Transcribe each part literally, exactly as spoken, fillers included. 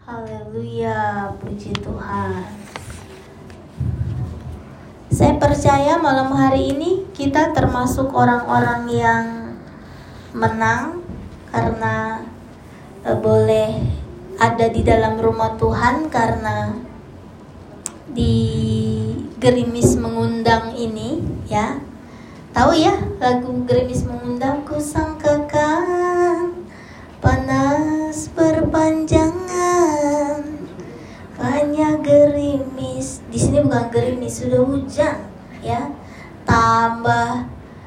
Haleluya, puji Tuhan. Saya percaya malam hari ini kita termasuk orang-orang yang menang karena eh, boleh ada di dalam rumah Tuhan, karena di Gerimis Mengundang ini, ya. Tahu ya lagu Gerimis Mengundang? Ku sangkakan panas berpanjangan, banyak gerimis. Di sini bukan gerimis, sudah hujan, ya. Tambah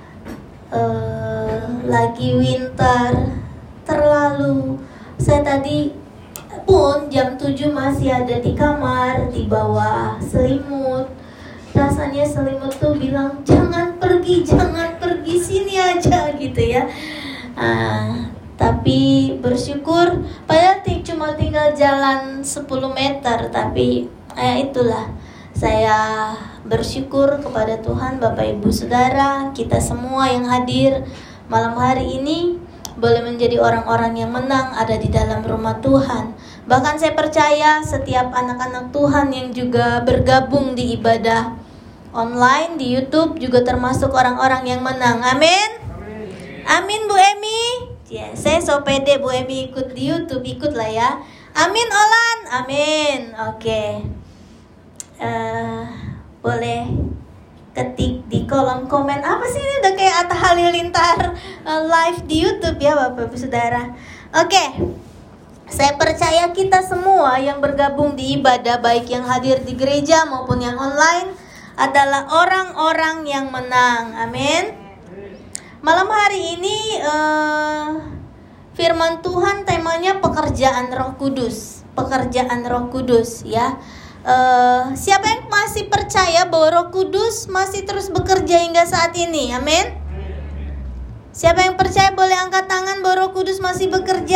uh, lagi winter, terlalu. Saya tadi pun jam tujuh masih ada di kamar, di bawah selimut. Rasanya selimut tuh bilang jangan pergi, jangan pergi, sini aja gitu ya. Uh, Tapi bersyukur, padahal cuma tinggal jalan sepuluh meter. Tapi eh, itulah, saya bersyukur kepada Tuhan, Bapak Ibu Saudara, kita semua yang hadir malam hari ini boleh menjadi orang-orang yang menang ada di dalam rumah Tuhan. Bahkan saya percaya setiap anak-anak Tuhan yang juga bergabung di ibadah online di YouTube juga termasuk orang-orang yang menang. Amin. Amin, Bu Emi. Ya, saya so pede Bu Emi ikut di YouTube, ikutlah ya. Amin Olan, amin. Oke, okay. uh, boleh ketik di kolom komen. Apa sih ini, udah kayak Atta Halilintar uh, live di YouTube ya Bapak Ibu Saudara. Oke, okay. Saya percaya kita semua yang bergabung di ibadah, baik yang hadir di gereja maupun yang online, adalah orang-orang yang menang. Amin. Malam hari ini uh, firman Tuhan temanya pekerjaan Roh Kudus, pekerjaan Roh Kudus ya. Uh, siapa yang masih percaya bahwa Roh Kudus masih terus bekerja hingga saat ini? Amin. Siapa yang percaya boleh angkat tangan bahwa Roh Kudus masih bekerja?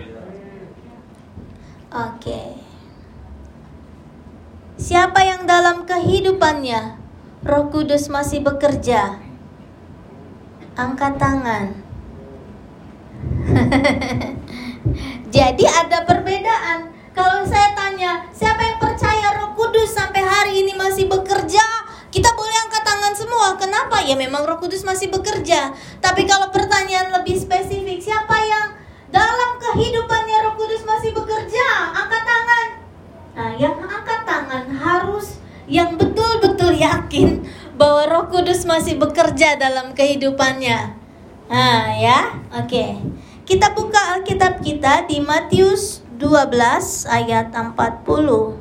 Oke. Okay. Siapa yang dalam kehidupannya Roh Kudus masih bekerja? Angkat tangan. Jadi ada perbedaan. Kalau saya tanya, siapa yang percaya Roh Kudus sampai hari ini masih bekerja? Kita boleh angkat tangan semua. Kenapa? Ya memang Roh Kudus masih bekerja. Tapi kalau pertanyaan lebih spesifik, siapa yang dalam kehidupannya Roh Kudus masih bekerja? Angkat tangan. Nah, yang angkat tangan harus yang betul-betul yakin bahwa Roh Kudus masih bekerja dalam kehidupannya. Nah, ya. Oke. Okay. Kita buka Alkitab kita di Matius dua belas ayat empat puluh.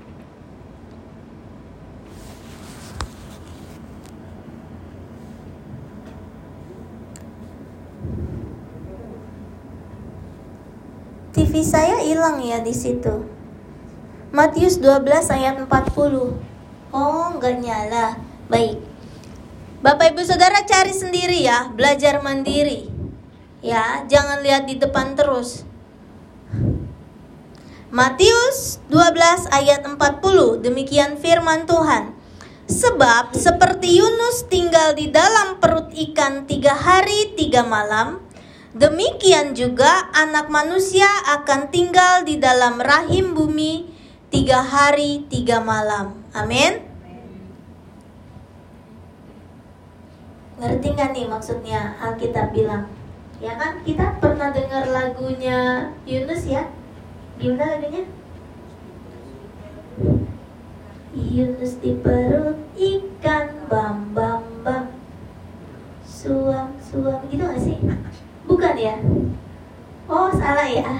T V saya hilang ya di situ. Matius dua belas ayat empat puluh. Oh, enggak nyala. Baik. Bapak Ibu Saudara cari sendiri ya, belajar mandiri. Ya, jangan lihat di depan terus. Matius dua belas ayat empat puluh, demikian firman Tuhan. Sebab seperti Yunus tinggal di dalam perut ikan tiga hari tiga malam, demikian juga anak manusia akan tinggal di dalam rahim bumi tiga hari tiga malam. Amin. Ngerti gak nih maksudnya Alkitab bilang? Ya kan, kita pernah dengar lagunya Yunus ya? Gimana lagunya? Yunus di perut ikan, bam bam bam, suam suam, gitu gak sih? Bukan ya? Oh, salah ya?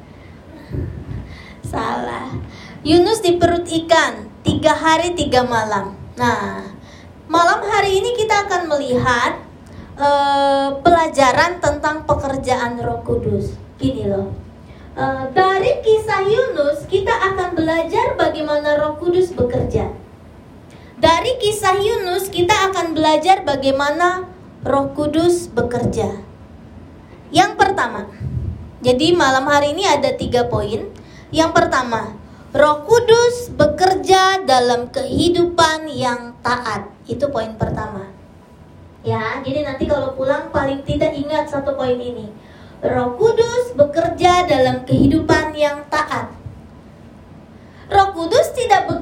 Salah. Yunus di perut ikan tiga hari tiga malam. Nah, malam hari ini kita akan melihat uh, pelajaran tentang pekerjaan Roh Kudus. Gini loh, uh, dari kisah Yunus kita akan belajar bagaimana Roh Kudus bekerja. Dari kisah Yunus kita akan belajar bagaimana Roh Kudus bekerja. Yang pertama, jadi malam hari ini ada tiga poin. Yang pertama, Roh Kudus bekerja dalam kehidupan yang taat. Itu poin pertama. Ya, jadi nanti kalau pulang paling tidak ingat satu poin ini. Roh Kudus bekerja dalam kehidupan yang taat.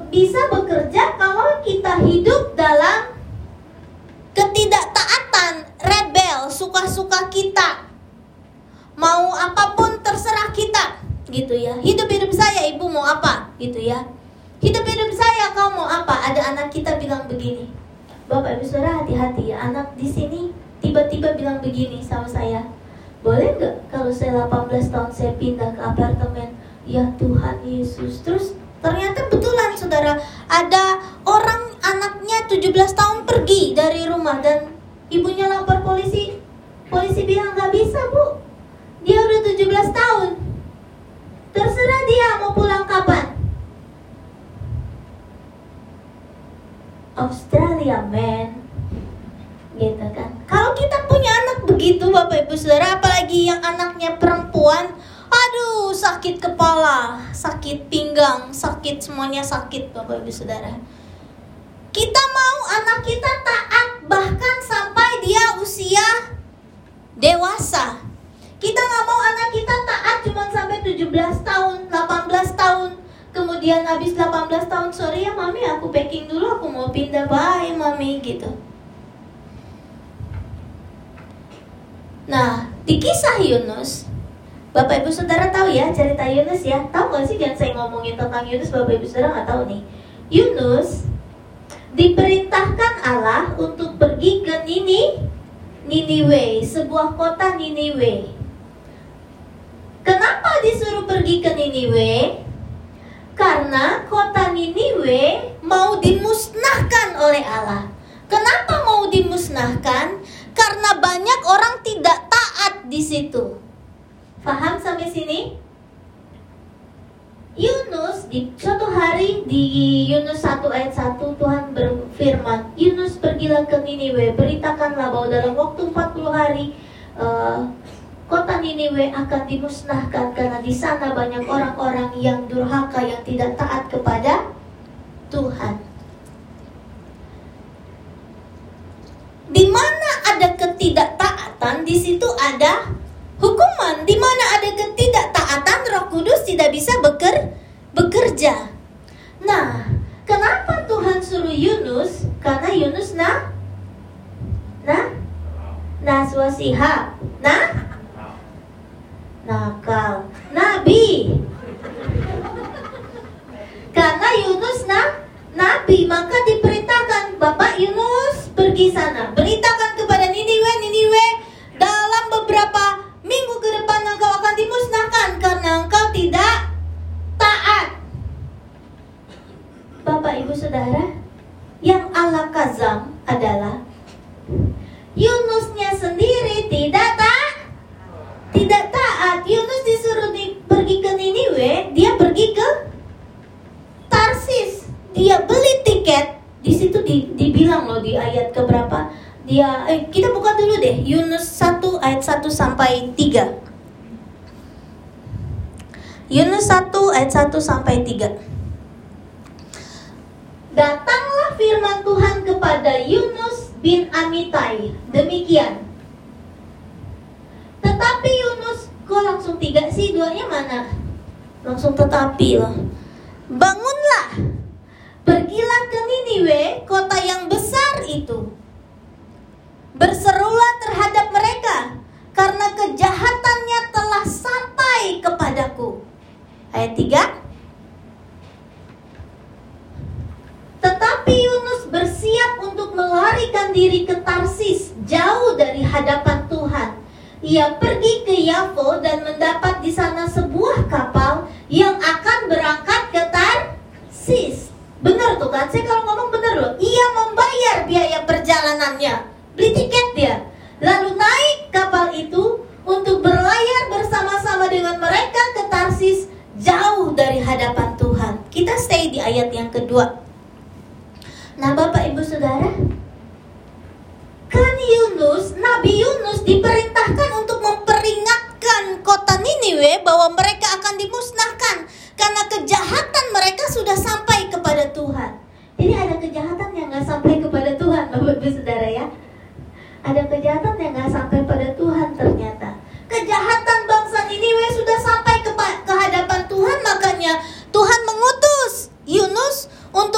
bisa bekerja kalau kita hidup dalam ketidaktaatan, rebel, suka-suka kita. Mau apapun terserah kita, gitu ya. Hidup-hidup saya, ibu mau apa, gitu ya. Hidup-hidup saya, kau mau apa? Ada anak kita bilang begini. Bapak ibu saudara, hati-hati ya. Anak di sini tiba-tiba bilang begini sama saya. Boleh nggak kalau saya delapan belas tahun saya pindah ke apartemen? Ya Tuhan Yesus. Terus ternyata betulan saudara, ada orang anaknya tujuh belas tahun pergi dari rumah dan ibunya lapor polisi. Polisi bilang nggak bisa bu, dia udah tujuh belas tahun. Terserah dia mau pulang kapan. Australia man, gitu kan. Kalau kita punya anak begitu Bapak Ibu Saudara, apalagi yang anaknya perempuan, aduh sakit kepala, sakit pinggang, sakit semuanya sakit Bapak Ibu Saudara. Kita mau anak kita taat bahkan sampai dia usia dewasa. Kita gak mau anak kita taat cuma sampai tujuh belas tahun, delapan belas tahun. Kemudian habis delapan belas tahun, sorry ya mami, aku packing dulu, aku mau pindah, bye mami, gitu. Nah, di kisah Yunus, Bapak Ibu Saudara tahu ya cerita Yunus ya? Tahu gak sih, jangan saya ngomongin tentang Yunus, Bapak Ibu Saudara gak tahu nih. Yunus diperintahkan Allah untuk pergi ke Nini, Niniwe, sebuah kota Niniwe. Kenapa disuruh pergi ke Niniwe? Karena kota Niniwe mau dimusnahkan oleh Allah. Kenapa mau dimusnahkan? Karena banyak orang tidak taat di situ. Paham sampai sini? Yunus di suatu hari di Yunus satu ayat satu Tuhan berfirman, Yunus pergilah ke Niniwe, beritakanlah bahwa dalam waktu empat puluh hari uh, kota Niniwe akan dimusnahkan karena di sana banyak orang-orang yang durhaka, yang tidak taat kepada Tuhan. Di mana ada ketidaktaatan, di situ ada hukuman. Di mana ada ketidaktaatan, Roh Kudus tidak bisa beker, bekerja. Nah, kenapa Tuhan suruh Yunus? Karena Yunus nah, nah, naswasiha, nah. Nakal, nabi. Karena Yunus nah, nabi, maka diperintahkan, Bapak Yunus pergi sana, beritakan kepada Niniwe, Niniwe, dalam beberapa minggu ke depan engkau akan dimusnahkan karena engkau tidak taat. Bapak Ibu Saudara, yang ala kazam adalah Yunusnya sendiri tidak taat. Tidak taat. Yunus disuruh di, pergi ke Niniwe, dia pergi ke Tarsis. Dia beli tiket. Di situ di, dibilang loh di ayat keberapa? Dia eh kita buka dulu deh Yunus satu ayat satu sampai tiga. Yunus satu ayat satu sampai tiga. Datanglah firman Tuhan kepada Yunus bin Amitai, demikian. Tetapi Yunus, kok langsung tiga sih, duanya mana? Langsung tetapi loh. Bangunlah, pergilah ke Niniwe, kota yang besar itu. Berserulah terhadap mereka, karena kejahatannya telah sampai kepadaku. Ayat tiga. Tetapi Yunus bersiap untuk melarikan diri ke Tarsis, jauh dari hadapan Tuhan. Ia pergi ke Yafo dan mendapat di sana sebuah kapal yang akan berangkat ke Tarsis. Benar tuh kan? Saya kalau ngomong benar loh. Ia membayar biaya perjalanannya, beli tiket dia, lalu naik kapal itu untuk berlayar bersama-sama dengan mereka ke Tarsis, jauh dari hadapan Tuhan. Kita stay di ayat yang kedua. Nah, Bapak Ibu Saudara, kan Yunus, Nabi Yunus diperintahkan untuk memperingatkan kota Niniwe bahwa mereka akan dimusnahkan karena kejahatan mereka sudah sampai kepada Tuhan. Jadi ada kejahatan yang gak sampai kepada Tuhan, Bapak Ibu Saudara ya. Ada kejahatan yang gak sampai pada Tuhan ternyata. Kejahatan bangsa Niniwe sudah sampai ke, ke hadapan Tuhan, makanya Tuhan mengutus Yunus untuk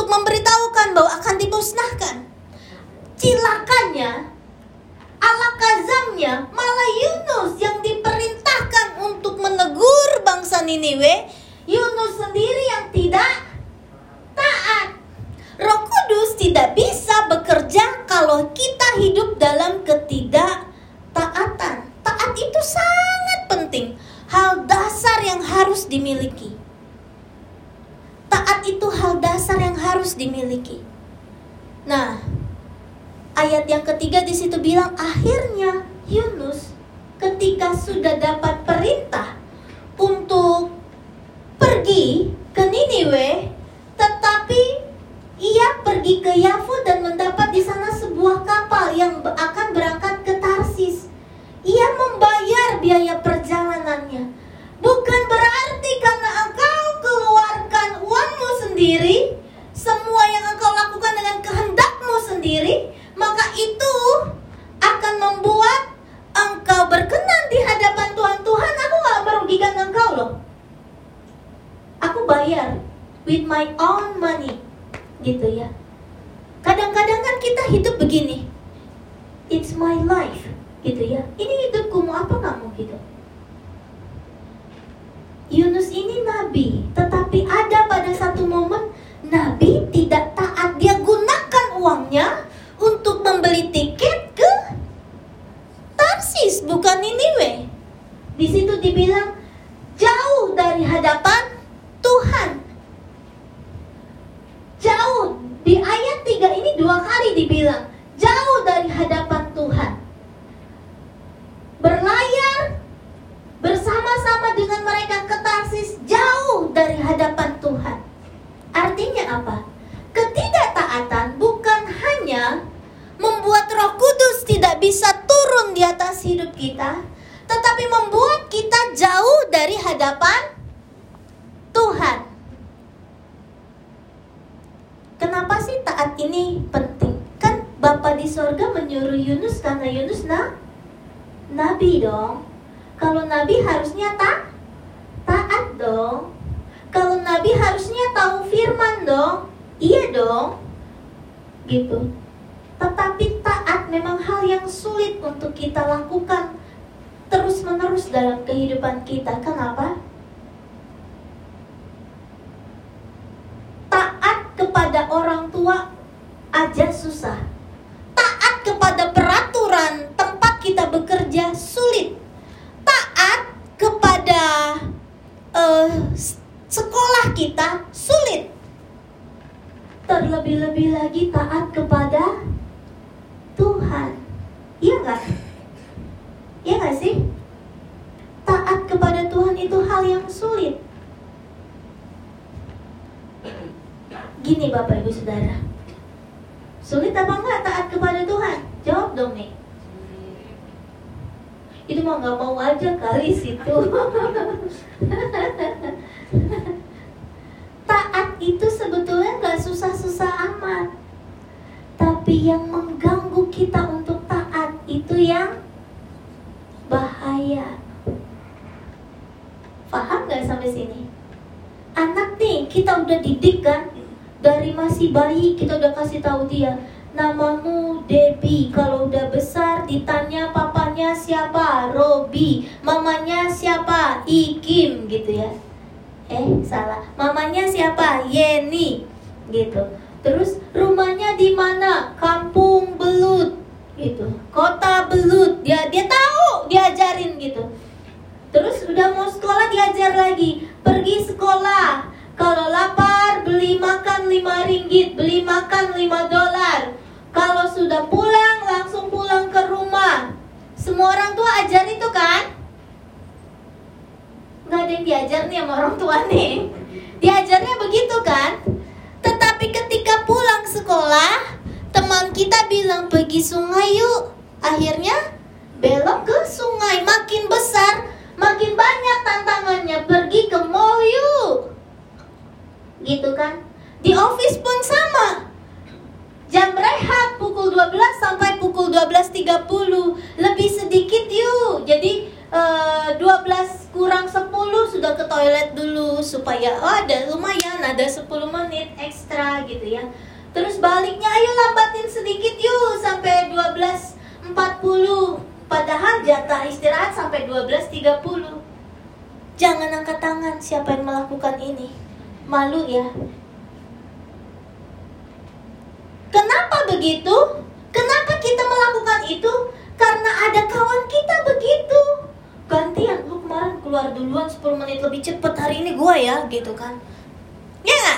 sendiri yang tidak taat. Roh Kudus tidak bisa bekerja kalau kita hidup dalam ketidaktaatan. Taat itu sangat penting, hal dasar yang harus dimiliki. Taat itu hal dasar yang harus dimiliki. Nah, ayat yang ketiga di situ bilang, akhirnya Yunus ketika sudah dapat perintah untuk pergi ke Niniwe, tetapi ia pergi ke Yafo dan mendapat di sana sebuah kapal yang akan berangkat ke Tarsis. Ia membayar biaya perjalanannya. Bukan berarti karena engkau keluarkan uangmu sendiri, semua yang engkau lakukan dengan kehendakmu sendiri, maka itu akan membuat engkau berkenan di hadapan Tuhan. Tuhan, aku gak merugikan engkau loh. Aku bayar with my own money. Gitu ya. Kadang-kadang kan kita hidup begini, it's my life, gitu ya. Ini hidupku, mau apa kamu gitu. Yunus ini nabi, tetapi ada pada satu momen nabi tidak taat. Dia gunakan uangnya untuk membeli tiket ke Tarsis, bukan Niniwe. Di situ dibilang jauh dari hadapan Tuhan. Jauh, di ayat tiga ini dua kali dibilang jauh dari hadapan Tuhan. Berlayar bersama-sama dengan mereka ke Tarsis, jauh dari hadapan Tuhan. Artinya apa? Ketidaktaatan bukan hanya membuat Roh Kudus tidak bisa turun di atas hidup kita, tetapi membuat kita jauh dari hadapan Tuhan. Kenapa sih taat ini penting? Kan Bapa di sorga menyuruh Yunus karena Yunus nah, nabi dong. Kalau nabi harusnya ta, taat dong. Kalau nabi harusnya tahu firman dong. Iya dong. Gitu. Tetapi taat memang hal yang sulit untuk kita lakukan terus-menerus dalam kehidupan kita. Kenapa? Kepada orang tua aja susah. Taat kepada peraturan tempat kita bekerja sulit. Taat kepada uh, sekolah kita sulit. Terlebih-lebih lagi taat kepada Tuhan. Iya gak? Iya gak sih? Taat kepada Tuhan itu hal yang sulit. Gini Bapak Ibu Saudara, sulit apa enggak taat kepada Tuhan? Jawab dong nih. Itu mah gak mau aja kali situ. Taat itu sebetulnya gak susah-susah amat, tapi yang mengganggu kita untuk taat itu yang bahaya. Paham gak sampai sini? Anak nih kita udah didik kan, dari masih bayi kita udah kasih tahu dia, namamu Debbie. Kalau udah besar ditanya papanya siapa, Robi. Mamanya siapa, Ikim gitu ya. Eh salah, mamanya siapa, Yeni gitu. Terus rumahnya di mana, Kampung Belut gitu, Kota Belut. Dia dia tahu, diajarin gitu. Terus udah mau sekolah diajar lagi, pergi sekolah. Kalau lapar beli makan lima ringgit, beli makan lima dolar. Kalau sudah pulang langsung pulang ke rumah. Semua orang tua ajar itu kan? Gak ada yang diajar nih sama orang tua nih. Diajarnya begitu kan? Tetapi ketika pulang sekolah, teman kita bilang pergi sungai yuk. Akhirnya belok ke sungai. Makin besar, makin banyak tantangannya. Pergi ke mall yuk. Gitu kan? Di office pun sama. Jam rehat pukul dua belas sampai pukul dua belas tiga puluh. Lebih sedikit yuk. Jadi uh, dua belas kurang sepuluh sudah ke toilet dulu, supaya oh ada lumayan, ada sepuluh menit ekstra gitu ya. Terus baliknya ayo lambatin sedikit yuk sampai dua belas empat puluh. Padahal jatah istirahat sampai dua belas tiga puluh. Jangan angkat tangan siapa yang melakukan ini. Malu ya. Kenapa begitu? Kenapa kita melakukan itu? Karena ada kawan kita begitu. Gantian, lu kemarin keluar duluan sepuluh menit lebih cepat, hari ini gua ya, gitu kan. Ya gak?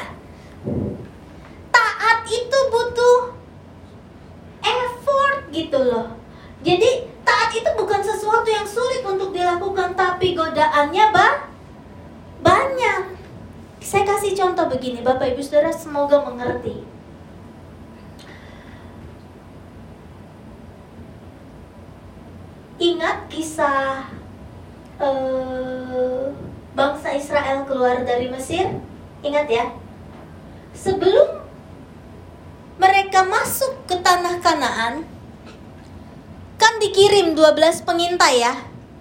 Taat itu butuh effort gitu loh. Jadi taat itu bukan sesuatu yang sulit untuk dilakukan, tapi godaannya bah banyak. Saya kasih contoh begini, Bapak Ibu Saudara, semoga mengerti. Ingat kisah uh, bangsa Israel keluar dari Mesir? Ingat ya? Sebelum mereka masuk ke tanah Kanaan, kan dikirim dua belas pengintai ya,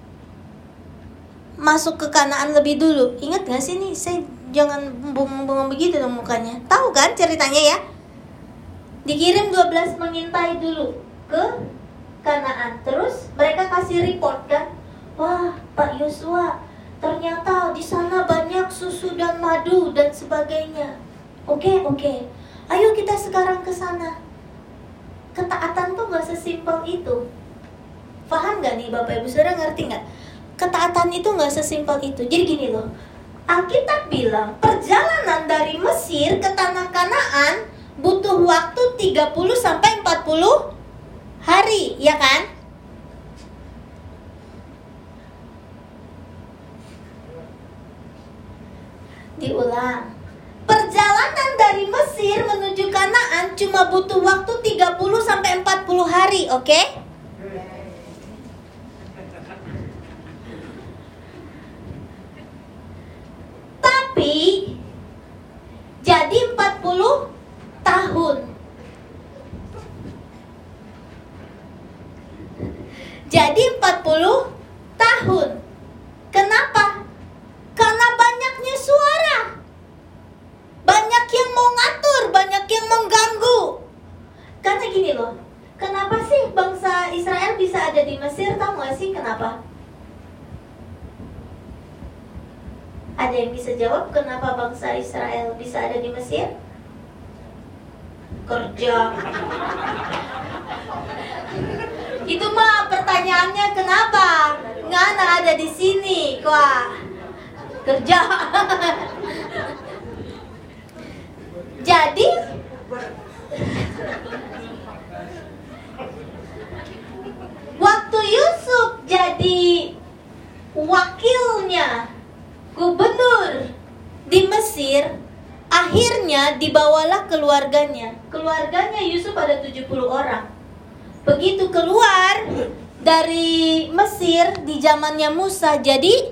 masuk ke Kanaan lebih dulu. Ingat gak sih nih? Saya jangan bengong-bengong begitu dong mukanya. Tahu kan ceritanya ya? Dikirim dua belas pengintai dulu ke Kanaan. Terus mereka kasih report kan, wah Pak Yosua, ternyata di sana banyak susu dan madu dan sebagainya. Oke oke, ayo kita sekarang ke sana. Ketaatan tuh gak sesimpel itu. Paham gak nih Bapak Ibu Saudara, ngerti gak? Ketaatan itu gak sesimpel itu. Jadi gini loh, Alkitab bilang perjalanan dari Mesir ke tanah Kanaan butuh waktu tiga puluh sampai empat puluh hari, ya kan? Diulang. Perjalanan dari Mesir menuju Kanaan cuma butuh waktu tiga puluh sampai empat puluh hari, oke? Okay? Tapi jadi empat puluh tahun. Jadi empat puluh tahun. Kenapa? Karena banyaknya suara. Banyak yang mau ngatur, banyak yang mengganggu. Karena gini loh, kenapa sih bangsa Israel bisa ada di Mesir? Tahu gak sih kenapa? Ada yang bisa jawab kenapa bangsa Israel bisa ada di Mesir? Kerja. Itu mah pertanyaannya kenapa Ngana ada di sini? Wah, kerja. Jadi waktu Yusuf jadi wakilnya gubernur di Mesir, akhirnya dibawalah keluarganya. Keluarganya Yusuf ada tujuh puluh orang. Begitu keluar dari Mesir di zamannya Musa, jadi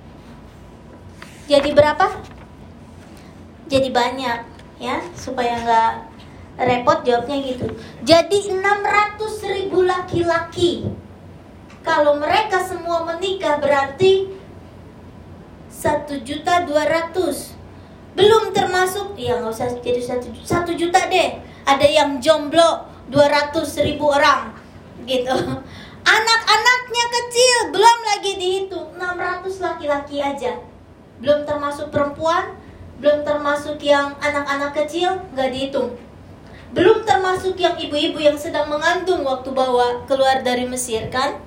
jadi berapa? Jadi banyak ya, supaya nggak repot jawabnya gitu. Jadi enam ratus ribu laki-laki. Kalau mereka semua menikah berarti satu juta dua ratus. Belum termasuk, ya nggak usah jadi satu juta deh. Ada yang jomblo dua ratus ribu orang gitu. Anak-anaknya kecil belum lagi dihitung, enam ratus laki-laki aja. Belum termasuk perempuan, belum termasuk yang anak-anak kecil, nggak dihitung. Belum termasuk yang ibu-ibu yang sedang mengandung waktu bawa keluar dari Mesir kan.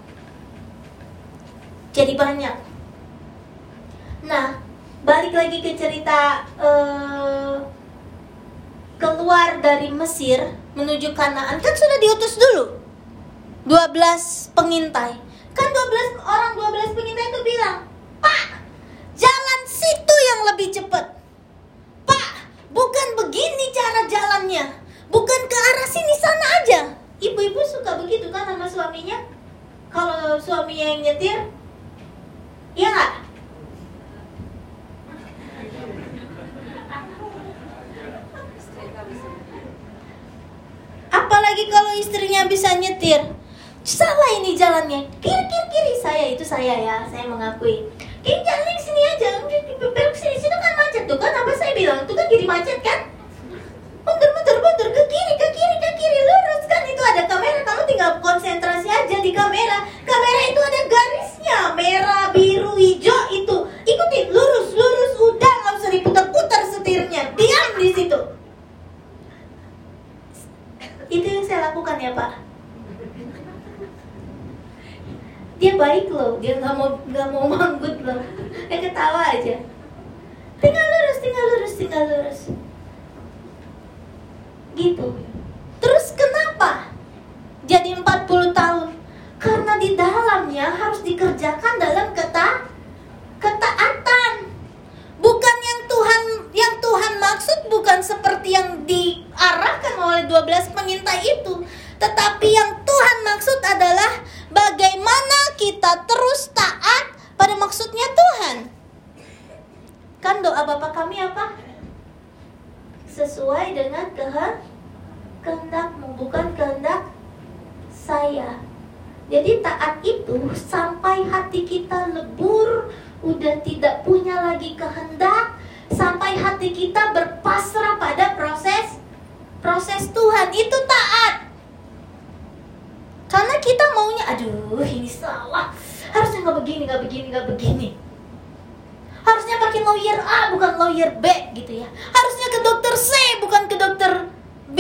Jadi banyak. Nah, balik lagi ke cerita uh, keluar dari Mesir menuju Kanaan, kan sudah diutus dulu dua belas pengintai. Kan dua belas orang, dua belas pengintai itu bilang, "Pak, jalan situ yang lebih cepat. Pak, bukan begini cara jalannya. Bukan ke arah sini, sana aja." Ibu-ibu suka begitu kan sama suaminya? Kalau suaminya yang nyetir, iya nggak? Apalagi kalau istrinya bisa nyetir. Salah ini jalannya, kiri kiri kiri. Saya itu saya ya, saya mengakui. Kiri jalannya di sini aja, belok sini, situ kan macet tuh kan. Apa saya bilang itu kan jadi macet kan? Mundur mundur mundur ke kiri ke kiri ke kiri, lurus kan, itu ada kamera. Kamu tinggal konsentrasi aja di kamera. Kamera itu ada garisnya, merah biru hijau itu. Ikutin ya Pak? Dia baik loh, dia nggak mau nggak mau manggut loh, dia ketawa aja. Tinggal lurus, tinggal lurus, tinggal lurus. Gitu. Terus kenapa jadi empat puluh tahun? Karena di dalamnya harus dikerjakan dalam keta ketaatan. Bukan yang Tuhan yang Tuhan maksud bukan seperti yang diarahkan oleh dua belas pengintai itu, tetapi yang Tuhan maksud adalah bagaimana kita terus taat pada maksudnya Tuhan. Kan doa Bapa kami apa? Sesuai dengan kehendak-mu, bukan kehendak saya. Jadi taat itu sampai hati kita lebur, udah tidak punya lagi kehendak, sampai hati kita berpasrah pada proses proses Tuhan, itu taat. Karena kita maunya, aduh ini salah, harusnya nggak begini, nggak begini, nggak begini. Harusnya pakai lawyer A bukan lawyer B gitu ya. Harusnya ke dokter C bukan ke dokter B.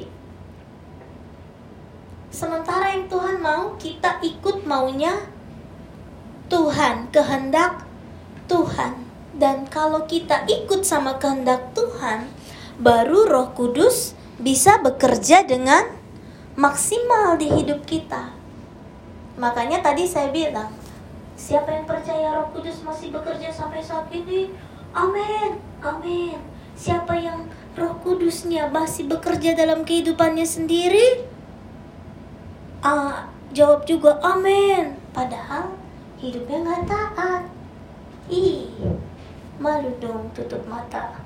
Sementara yang Tuhan mau, kita ikut maunya Tuhan, kehendak Tuhan. Dan kalau kita ikut sama kehendak Tuhan, baru Roh Kudus bisa bekerja dengan maksimal di hidup kita. Makanya tadi saya bilang, siapa yang percaya Roh Kudus masih bekerja sampai saat ini? Amin, amin. Siapa yang Roh Kudusnya masih bekerja dalam kehidupannya sendiri? Ah, jawab juga amin. Padahal hidupnya gak taat. Ih, malu dong tutup mata.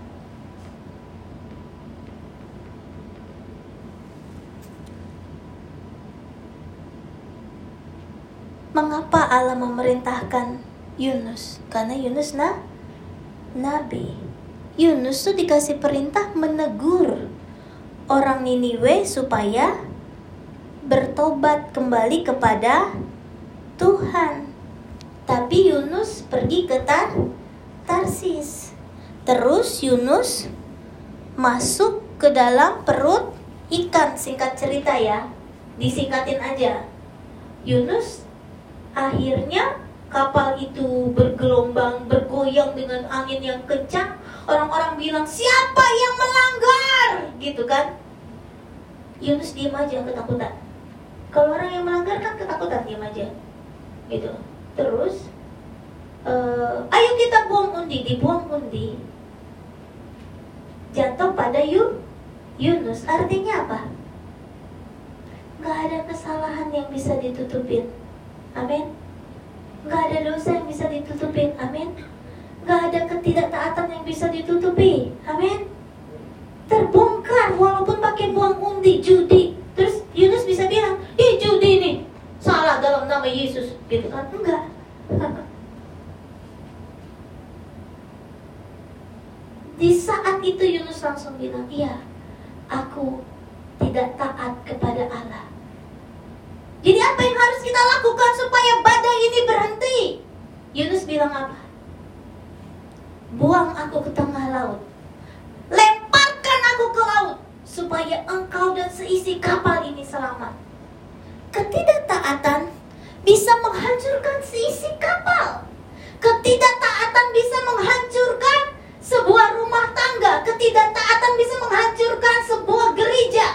Mengapa Allah memerintahkan Yunus? Karena Yunus nah, nabi. Yunus tuh dikasih perintah menegur orang Niniwe supaya bertobat kembali kepada Tuhan. Tapi Yunus pergi ke Tar Tarsis. Terus Yunus masuk ke dalam perut ikan. Singkat cerita ya, disingkatin aja. Yunus akhirnya kapal itu bergelombang, bergoyang dengan angin yang kencang. Orang-orang bilang, siapa yang melanggar? Gitu kan. Yunus diam aja, ketakutan. Kalau orang yang melanggar kan ketakutan, diam aja gitu. Terus uh, ayo kita buang undi. Dibuang undi, jatuh pada Yu, Yunus. Artinya apa? Gak ada kesalahan yang bisa ditutupin. Amin. Gak ada dosa yang bisa ditutupin. Amin. Gak ada ketidaktaatan yang bisa ditutupi. Amin. Terbongkar walaupun pakai buang undi, judi. Terus Yunus bisa bilang, ih judi nih salah dalam nama Yesus, gitu kan? Enggak. Di saat itu Yunus langsung bilang, iya, aku tidak taat kepada Allah. Jadi apa yang harus kita lakukan supaya badai ini berhenti? Yunus bilang apa? Buang aku ke tengah laut, lemparkan aku ke laut, supaya engkau dan seisi kapal ini selamat. Ketidaktaatan bisa menghancurkan seisi kapal. Ketidaktaatan bisa menghancurkan sebuah rumah tangga. Ketidaktaatan bisa menghancurkan sebuah gereja.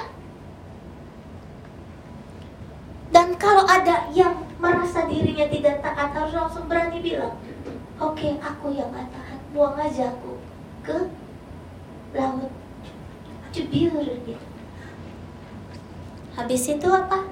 Dan kalau ada yang merasa dirinya tidak taat, harus langsung berani bilang, oke, okay, aku yang gak taat, buang aja aku ke laut. Jubir gitu. Habis itu apa?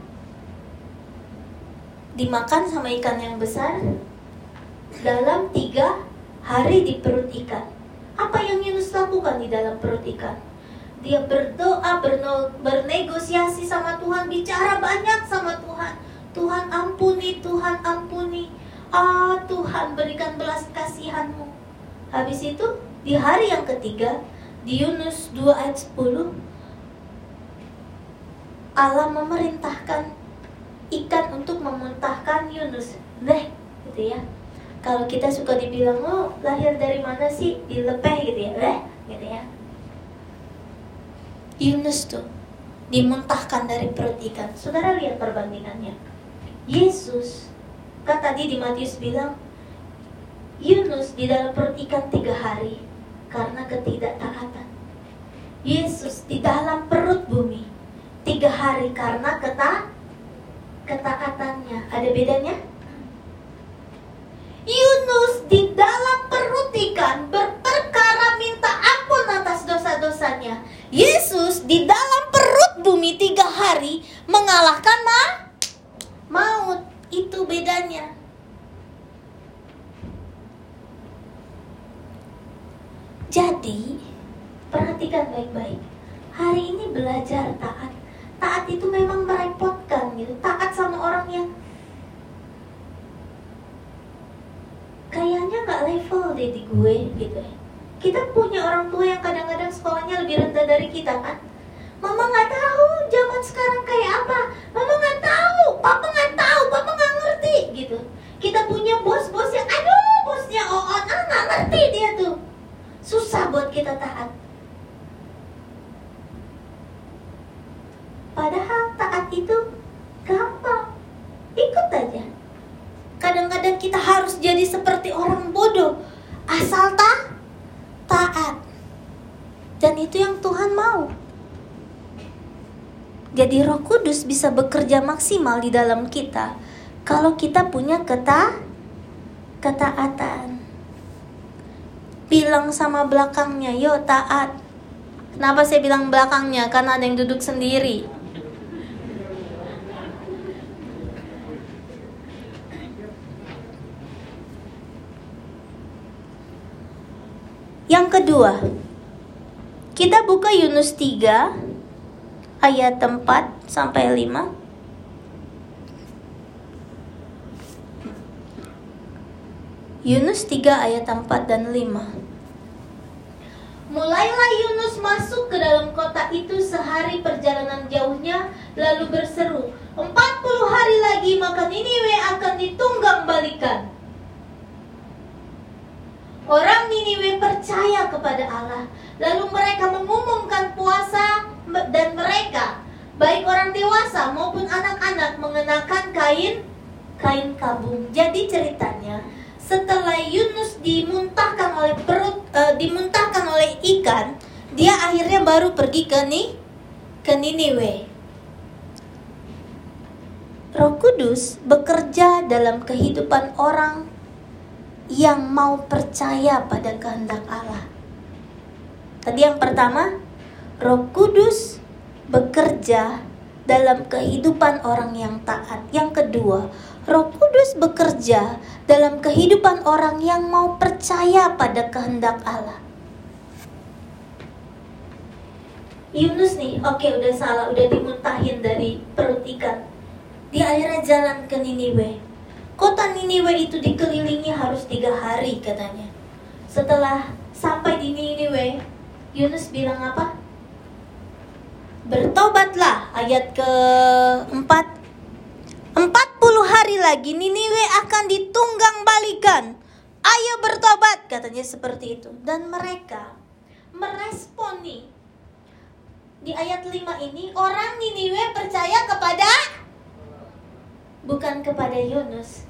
Dimakan sama ikan yang besar dalam tiga hari di perut ikan. Apa yang Yunus lakukan di dalam perut ikan? Dia berdoa, berno, bernegosiasi sama Tuhan, bicara banyak sama Tuhan. Tuhan ampuni, Tuhan ampuni. Ah, Tuhan berikan belas kasihan-Mu. Habis itu di hari yang ketiga, di Yunus dua ayat sepuluh, Allah memerintahkan ikan untuk memuntahkan Yunus. Deh, gitu ya. Kalau kita suka dibilang, oh lahir dari mana sih? Dilepeh gitu ya, deh, gitu ya. Yunus tuh dimuntahkan dari perut ikan. Saudara lihat perbandingannya. Yesus, kan tadi di Matius bilang, Yunus di dalam perut ikan tiga hari karena ketidaktaatan. Yesus di dalam perut bumi tiga hari karena keta ketaatannya. Ada bedanya? Yunus di dalam perut ikan berperkara minta ampun atas dosa-dosanya. Yesus di dalam perut bumi tiga hari mengalahkan ma maut. Itu bedanya. Jadi, perhatikan baik-baik. Hari ini belajar taat. Taat itu memang merepotkan gitu. Taat sama orang yang kayaknya gak level deh di gue gitu ya. Kita punya orang tua yang kadang-kadang sekolahnya lebih rendah dari kita kan. Mama gak tahu zaman sekarang kayak apa. Mama gak tahu, papa gak tahu, papa gak ngerti gitu. Kita punya bos-bos yang aduh bosnya on, ah gak ngerti dia tuh. Susah buat kita taat. Padahal taat itu gampang. Ikut aja. Kadang-kadang kita harus jadi seperti orang bodoh, asal tak taat. Dan itu yang Tuhan mau. Jadi Roh Kudus bisa bekerja maksimal di dalam kita kalau kita punya keta ketaatan. Bilang sama belakangnya, yo taat. Kenapa saya bilang belakangnya? Karena ada yang duduk sendiri. Yang kedua, kita buka Yunus tiga ayat empat sampai lima. Yunus tiga ayat empat dan lima. Mulailah Yunus masuk ke dalam kota itu sehari perjalanan jauhnya, lalu berseru, empat puluh hari lagi maka Niniwe akan ditunggang balikan. Orang Niniwe percaya kepada Allah. Lalu mereka mengumumkan puasa, dan mereka, baik orang dewasa maupun anak-anak, mengenakan kain kain kabung. Jadi ceritanya, setelah Yunus dimuntahkan oleh perut, uh, dimuntahkan oleh ikan, dia akhirnya baru pergi ke nih ke Niniwe. Roh Kudus bekerja dalam kehidupan orang yang mau percaya pada kehendak Allah. Tadi yang pertama, Roh Kudus bekerja dalam kehidupan orang yang taat. Yang kedua, Roh Kudus bekerja dalam kehidupan orang yang mau percaya pada kehendak Allah. Yunus nih, oke okay, udah salah, udah dimuntahin dari perut ikan. Dia akhirnya jalan ke Niniwe. Kota Niniwe itu dikelilingi harus tiga hari katanya. Setelah sampai di Niniwe, Yunus bilang apa? Bertobatlah, ayat keempat. Empat puluh hari lagi Niniwe akan ditunggang balikan. Ayo bertobat, katanya seperti itu. Dan mereka meresponi. Di ayat lima ini, orang Niniwe percaya kepada, bukan kepada Yunus,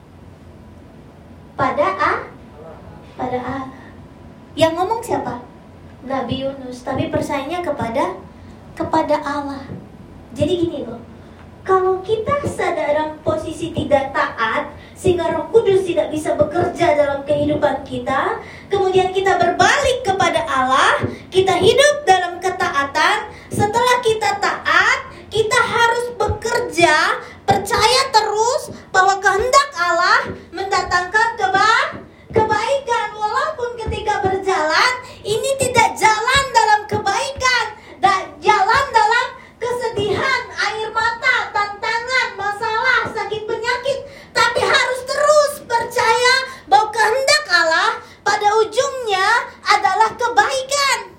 pada A, pada A. Yang ngomong siapa? Nabi Yunus. Tapi percayanya kepada kepada Allah. Jadi gini loh, kalau kita sadar dalam posisi tidak taat, sehingga Roh Kudus tidak bisa bekerja dalam kehidupan kita, kemudian kita berbalik kepada Allah, kita hidup dalam ketaatan. Setelah kita taat, kita harus bekerja, percaya terus bahwa kehendak Allah mendatangkan keba kebaikan. Walaupun ketika berjalan, ini tidak jalan dalam kebaikan, dan jalan dalam kesedihan, air mata, tantangan, masalah, sakit penyakit. Tapi harus terus percaya bahwa kehendak Allah pada ujungnya adalah kebaikan.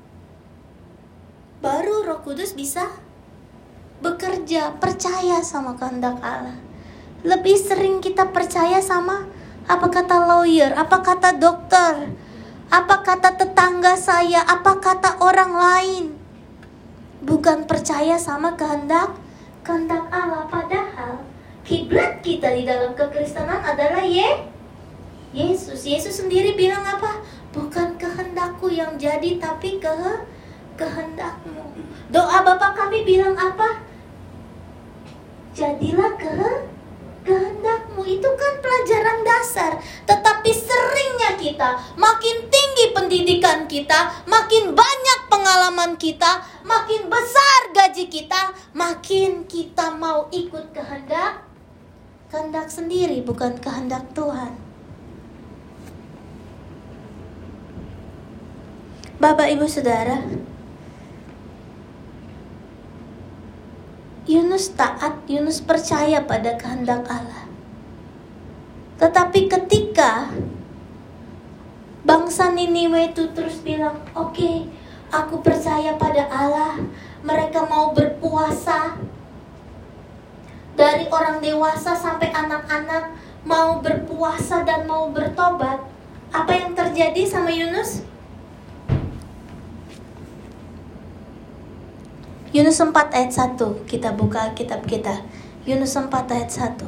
Baru Roh Kudus bisa bekerja, percaya sama kehendak Allah. Lebih sering kita percaya sama apa kata lawyer, apa kata dokter, apa kata tetangga saya, apa kata orang lain. bukan percaya sama kehendak kehendak Allah. Padahal kiblat kita di dalam kekristenan adalah Ye, Yesus. Yesus sendiri bilang apa? Bukan kehendakku yang jadi, tapi ke kehendakmu. Doa Bapa kami bilang apa? Jadilah ke kehendakmu. Itu kan pelajaran dasar. Tetapi seringnya kita, makin tinggi pendidikan kita, makin banyak pengalaman kita, makin besar gaji kita, makin kita mau ikut kehendak kehendak sendiri, bukan kehendak Tuhan. Bapak, Ibu, Saudara, Yunus taat, Yunus percaya pada kehendak Allah. Tetapi ketika bangsa Niniwe itu terus bilang, oke, okay, aku percaya pada Allah, mereka mau berpuasa, dari orang dewasa sampai anak-anak mau berpuasa dan mau bertobat. Apa yang terjadi sama Yunus? Yunus empat ayat satu, kita buka kitab kita. Yunus empat ayat satu.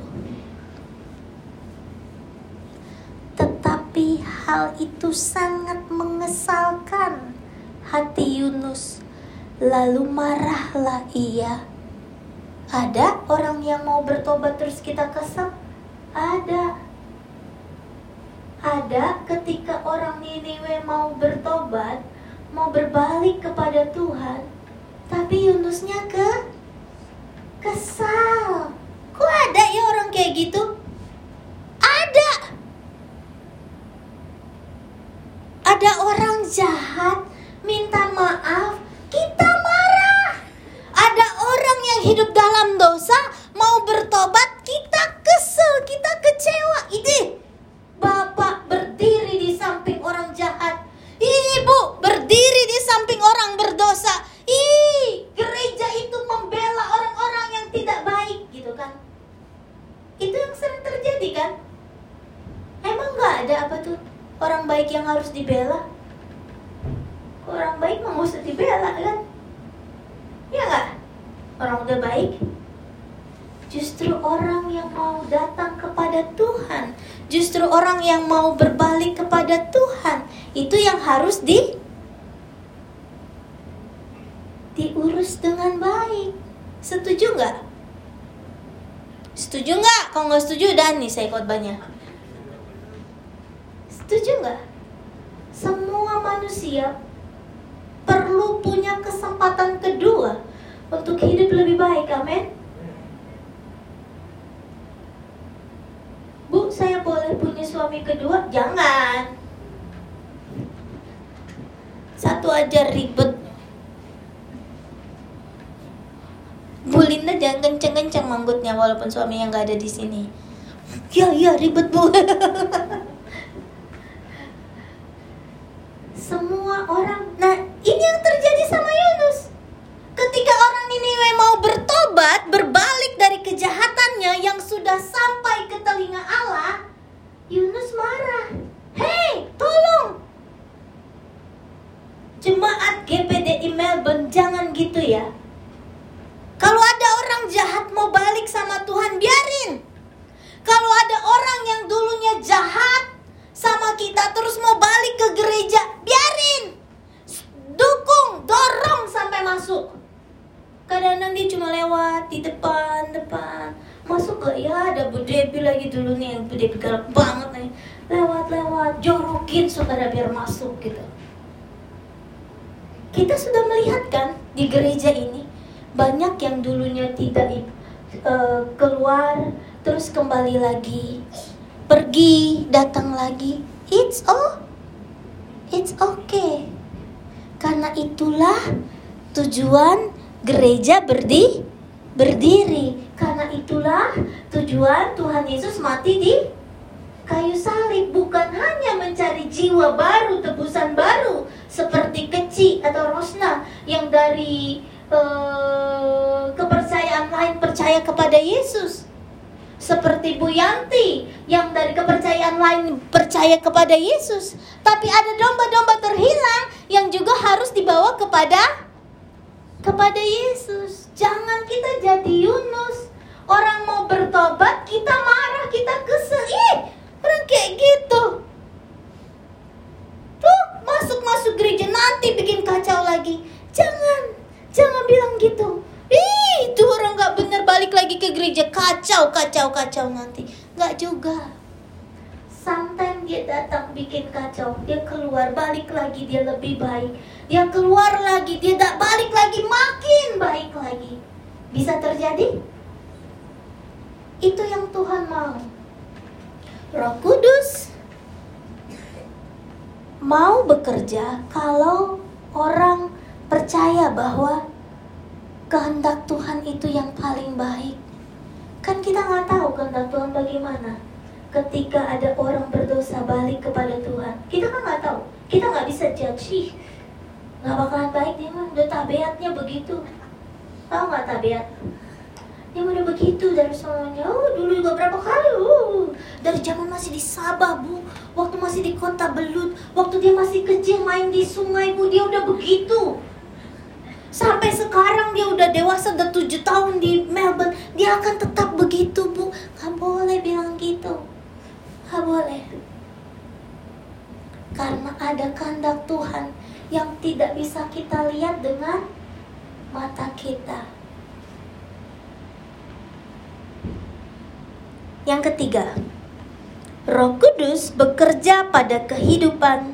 Tetapi hal itu sangat mengesalkan hati Yunus, lalu marahlah ia. Ada orang yang mau bertobat terus kita kesal? Ada. Ada ketika orang Niniwe mau bertobat, mau berbalik kepada Tuhan, tapi Yunusnya ke kesal. Kok ada ya orang kayak gitu? Ada. Ada orang jahat minta maaf, kita marah. Ada orang yang hidup dalam dosa mau bertobat, kita kesel, kita kecewa. Ide, Bapak berdiri di samping orang jahat, Ibu berdiri di samping orang berdosa. Ih, gereja itu membela orang-orang yang tidak baik, gitu kan? Itu yang sering terjadi kan? Emang gak ada apa tuh orang baik yang harus dibela? Orang baik mah gak usah dibela kan? Ya gak? Orang udah baik. Justru orang yang mau datang kepada Tuhan, justru orang yang mau berbalik kepada Tuhan, itu yang harus di diurus dengan baik. Setuju nggak? Setuju nggak? Kalau nggak setuju, dan nih saya khotbahnya. Setuju nggak? Semua manusia perlu punya kesempatan kedua untuk hidup lebih baik. Amin. Bu, saya boleh punya suami kedua? Jangan. Satu aja ribet. Bu Linda jangan kenceng-kenceng manggutnya walaupun suaminya nggak ada di sini. Ya ya ribet bu. Semua orang. Nah ini yang terjadi sama Yunus. Ketika orang Niniwe mau bertobat, berbalik dari kejahatannya yang sudah sampai ke telinga Allah, Yunus marah. Hei, tolong jemaat G P D I Melbourne, jangan gitu ya. Kalau ada orang jahat mau balik sama Tuhan, biarin. Kalau ada orang yang dulunya jahat sama kita terus mau balik ke gereja, biarin. Dukung, dorong sampai masuk. Kadang-kadang dia cuma lewat di depan-depan. Masuk gak ya? Ada Bu Debbie lagi dulu nih, Bu Debbie galak banget nih. Lewat-lewat, jorokin saudara biar masuk gitu. Kita sudah melihat kan di gereja ini, banyak yang dulunya tidak uh, keluar, terus kembali lagi, pergi, datang lagi. It's oh, it's okay. Karena itulah tujuan gereja berdi, berdiri. Karena itulah tujuan Tuhan Yesus mati di kayu salib. Bukan hanya mencari jiwa baru, tebusan baru, seperti Keci atau Rosna yang dari Uh, kepercayaan lain percaya kepada Yesus, seperti Bu Yanti yang dari kepercayaan lain percaya kepada Yesus. Tapi ada domba-domba terhilang yang juga harus dibawa kepada kepada Yesus. Jangan kita jadi Yunus. Orang mau bertobat, kita marah, kita kesel. Ih, orang kayak gitu. Tuh, masuk-masuk gereja nanti bikin kacau lagi. Jangan, jangan bilang gitu. Ih, itu orang gak bener, balik lagi ke gereja. Kacau, kacau, kacau nanti. Gak juga. Sometimes dia datang bikin kacau, dia keluar, balik lagi, dia lebih baik. Dia keluar lagi, dia tak balik lagi, makin baik lagi. Bisa terjadi? Itu yang Tuhan mau. Roh Kudus mau bekerja kalau orang percaya bahwa kehendak Tuhan itu yang paling baik. Kan kita nggak tahu kehendak Tuhan bagaimana. Ketika ada orang berdosa balik kepada Tuhan, kita kan nggak tahu, kita nggak bisa judge, nggak bakalan baik dia mah, udah tabiatnya begitu. Tahu nggak tabiat? Dia udah begitu dari semuanya. Oh, dulu juga berapa kali, uh, dari zaman masih di Sabah, Bu, waktu masih di Kota Belut, waktu dia masih kecil main di sungai, Bu, dia udah begitu. Sampai sekarang dia udah dewasa, udah tujuh tahun di Melbourne, dia akan tetap begitu, Bu. Gak boleh bilang gitu. Gak boleh. Karena ada kehendak Tuhan yang tidak bisa kita lihat dengan mata kita. Yang ketiga, Roh Kudus bekerja pada kehidupan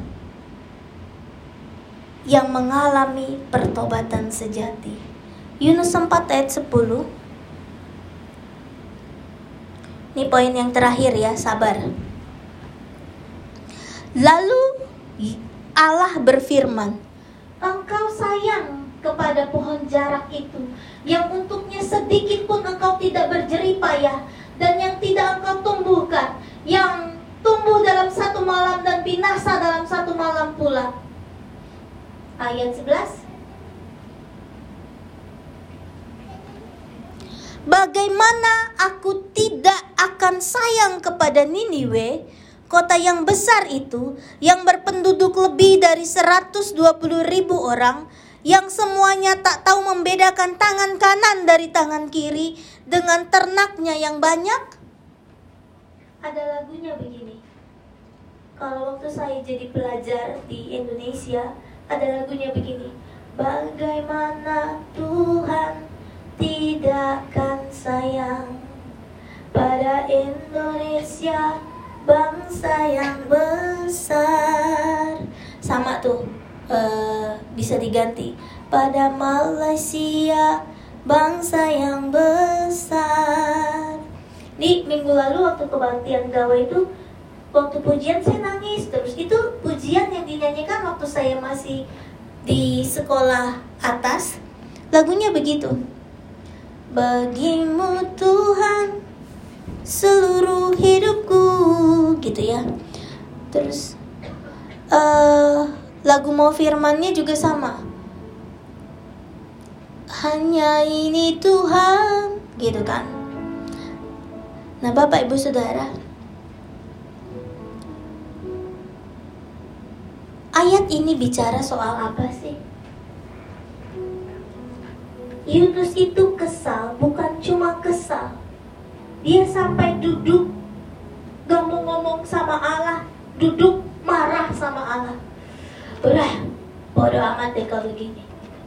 yang mengalami pertobatan sejati. Yunus empat ayat sepuluh. Ini poin yang terakhir ya, sabar. Lalu Allah berfirman, engkau sayang kepada pohon jarak itu, yang untuknya sedikit pun engkau tidak berjerih payah, dan yang tidak engkau tumbuhkan, yang tumbuh dalam satu malam dan binasa dalam satu malam pula. Ayat sebelas. Bagaimana aku tidak akan sayang kepada Niniwe, kota yang besar itu, yang berpenduduk lebih dari seratus dua puluh ribu orang, yang semuanya tak tahu membedakan tangan kanan dari tangan kiri, dengan ternaknya yang banyak. Ada lagunya begini. Kalau waktu saya jadi pelajar di Indonesia, ada lagunya begini. Bagaimana Tuhan tidak akan sayang pada Indonesia, bangsa yang besar. Sama tuh, uh, bisa diganti. Pada Malaysia, bangsa yang besar. Di minggu lalu waktu kebaktian gawe itu, waktu pujian saya nangis terus. Itu pujian yang dinyanyikan waktu saya masih di sekolah atas. Lagunya begitu. Bagimu Tuhan seluruh hidupku, gitu ya. Terus uh, lagu mau firmannya juga sama. Hanya ini Tuhan, gitu kan. Nah, Bapak Ibu Saudara, ayat ini bicara soal apa sih? Yunus itu kesal, bukan cuma kesal. Dia sampai duduk, gak mau ngomong sama Allah, duduk marah sama Allah. Udah, bodo amat deh kalau begini.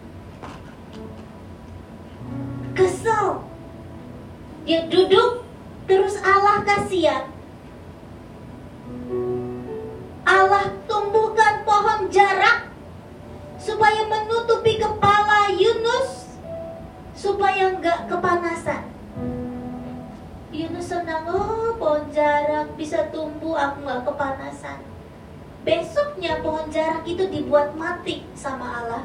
Kesel. Dia duduk, terus Allah kasihan. Allah tumbuhkan pohon jarak supaya menutupi kepala Yunus, supaya enggak kepanasan. Yunus senang, oh pohon jarak bisa tumbuh, aku enggak kepanasan. Besoknya pohon jarak itu dibuat mati sama Allah.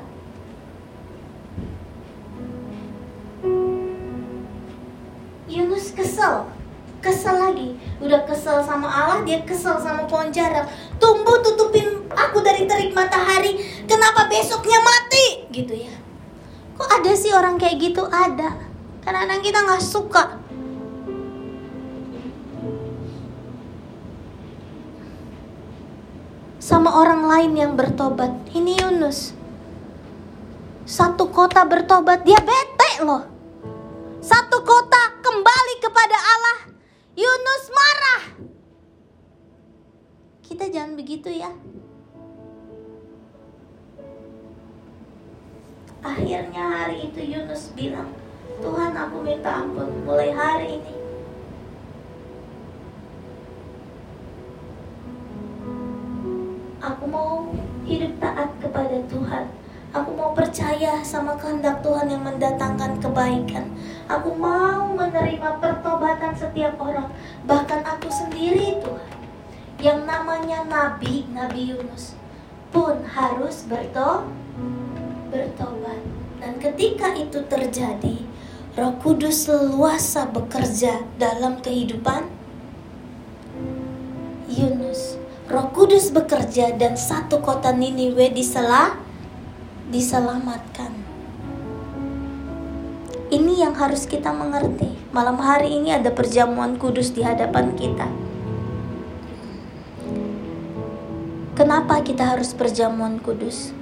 Yunus kesel, kesel lagi. Udah kesel sama Allah, dia kesel sama pohon jarak. Tumbuh tutupin aku dari terik matahari, kenapa besoknya mati? Gitu ya. Kok ada sih orang kayak gitu? Ada. Kadang-kadang kita gak suka. Sama orang lain yang bertobat. Ini Yunus. Satu kota bertobat, dia bete loh. Satu kota kembali kepada Allah, Yunus marah. Kita jangan begitu ya. Akhirnya hari itu Yunus bilang, Tuhan, aku minta ampun mulai hari ini. Aku mau hidup taat kepada Tuhan. Aku mau percaya sama kehendak Tuhan yang mendatangkan kebaikan. Aku mau menerima pertobatan setiap orang, bahkan aku sendiri Tuhan. Yang namanya Nabi, Nabi Yunus pun harus berto, bertobat. Dan ketika itu terjadi, Roh Kudus leluasa bekerja dalam kehidupan Yunus. Roh Kudus bekerja dan satu kota Niniwe disela, diselamatkan. Ini yang harus kita mengerti. Malam hari ini ada perjamuan kudus di hadapan kita. Kenapa kita harus perjamuan kudus?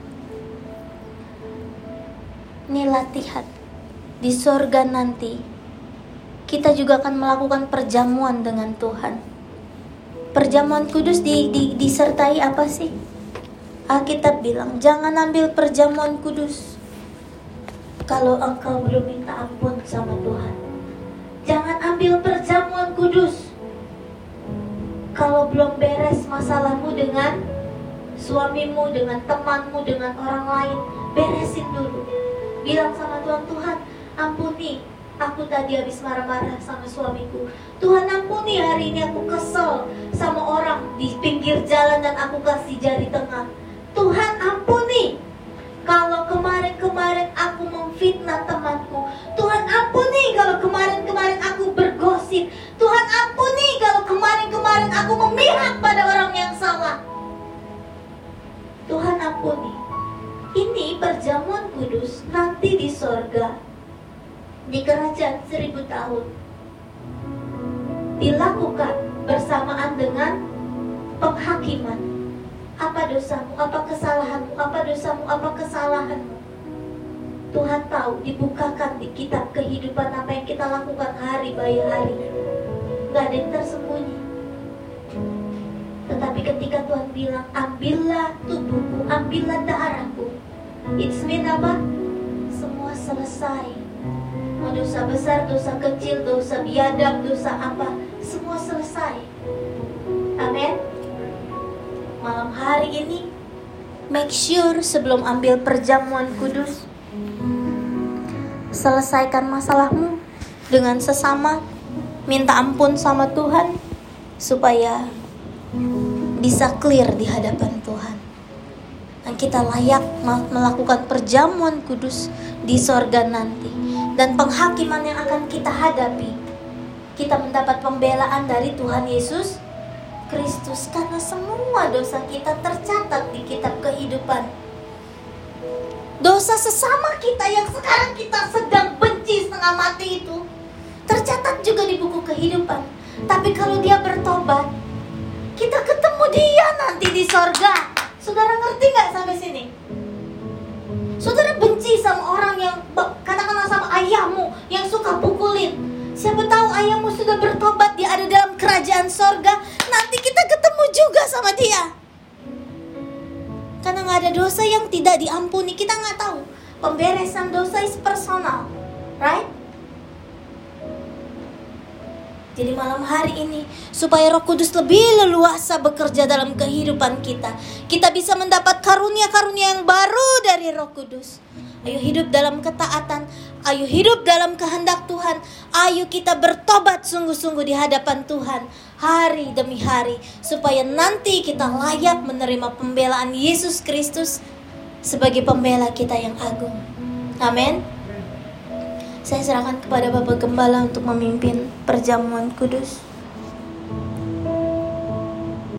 Ini latihan. Di sorga nanti kita juga akan melakukan perjamuan dengan Tuhan. Perjamuan kudus di, di, disertai apa sih? Alkitab bilang, jangan ambil perjamuan kudus kalau engkau belum minta ampun sama Tuhan. Jangan ambil perjamuan kudus kalau belum beres masalahmu dengan suamimu, dengan temanmu, dengan orang lain. Beresin dulu. Bilang sama Tuhan, Tuhan ampuni, aku tadi habis marah-marah sama suamiku. Tuhan ampuni, hari ini aku kesel sama orang di pinggir jalan dan aku kasih jari tengah. Tuhan ampuni, kalau kemarin-kemarin aku memfitnah temanku. Tuhan ampuni, kalau kemarin-kemarin aku bergosip. Tuhan ampuni, kalau kemarin-kemarin aku memihak pada orang yang salah. Tuhan ampuni. Ini perjamuan kudus nanti di sorga, di kerajaan seribu tahun, dilakukan bersamaan dengan penghakiman. Apa dosamu, apa kesalahanmu, apa dosamu, apa kesalahanmu. Tuhan tahu, dibukakan di kitab kehidupan apa yang kita lakukan hari by hari. Gak ada yang tersembunyi. Tetapi ketika Tuhan bilang, ambillah tubuhku, ambillah darahku, it's mean apa? Semua selesai. Mau dosa besar, dosa kecil, dosa biadab, dosa apa, semua selesai. Amin. Malam hari ini, make sure sebelum ambil perjamuan kudus, selesaikan masalahmu dengan sesama, minta ampun sama Tuhan, supaya bisa clear di hadapan Tuhan. Dan kita layak melakukan perjamuan kudus di sorga nanti. Dan penghakiman yang akan kita hadapi, kita mendapat pembelaan dari Tuhan Yesus Kristus, karena semua dosa kita tercatat di kitab kehidupan. Dosa sesama kita yang sekarang kita sedang benci setengah mati itu tercatat juga di buku kehidupan. Tapi kalau dia bertobat, kita ketemu dia nanti di sorga. Saudara ngerti gak sampai sini? Saudara benci sama orang yang, katakanlah sama ayahmu yang suka pukulin. Siapa tahu ayahmu sudah bertobat, dia ada dalam kerajaan sorga. Nanti kita ketemu juga sama dia. Karena gak ada dosa yang tidak diampuni. Kita gak tahu. Pemberesan dosa is personal, right? Jadi malam hari ini, supaya Roh Kudus lebih leluasa bekerja dalam kehidupan kita, kita bisa mendapat karunia-karunia yang baru dari Roh Kudus. Ayo hidup dalam ketaatan, ayo hidup dalam kehendak Tuhan. Ayo kita bertobat sungguh-sungguh di hadapan Tuhan hari demi hari, supaya nanti kita layak menerima pembelaan Yesus Kristus sebagai pembela kita yang agung. Amin. Saya serahkan kepada Bapak Gembala untuk memimpin perjamuan kudus.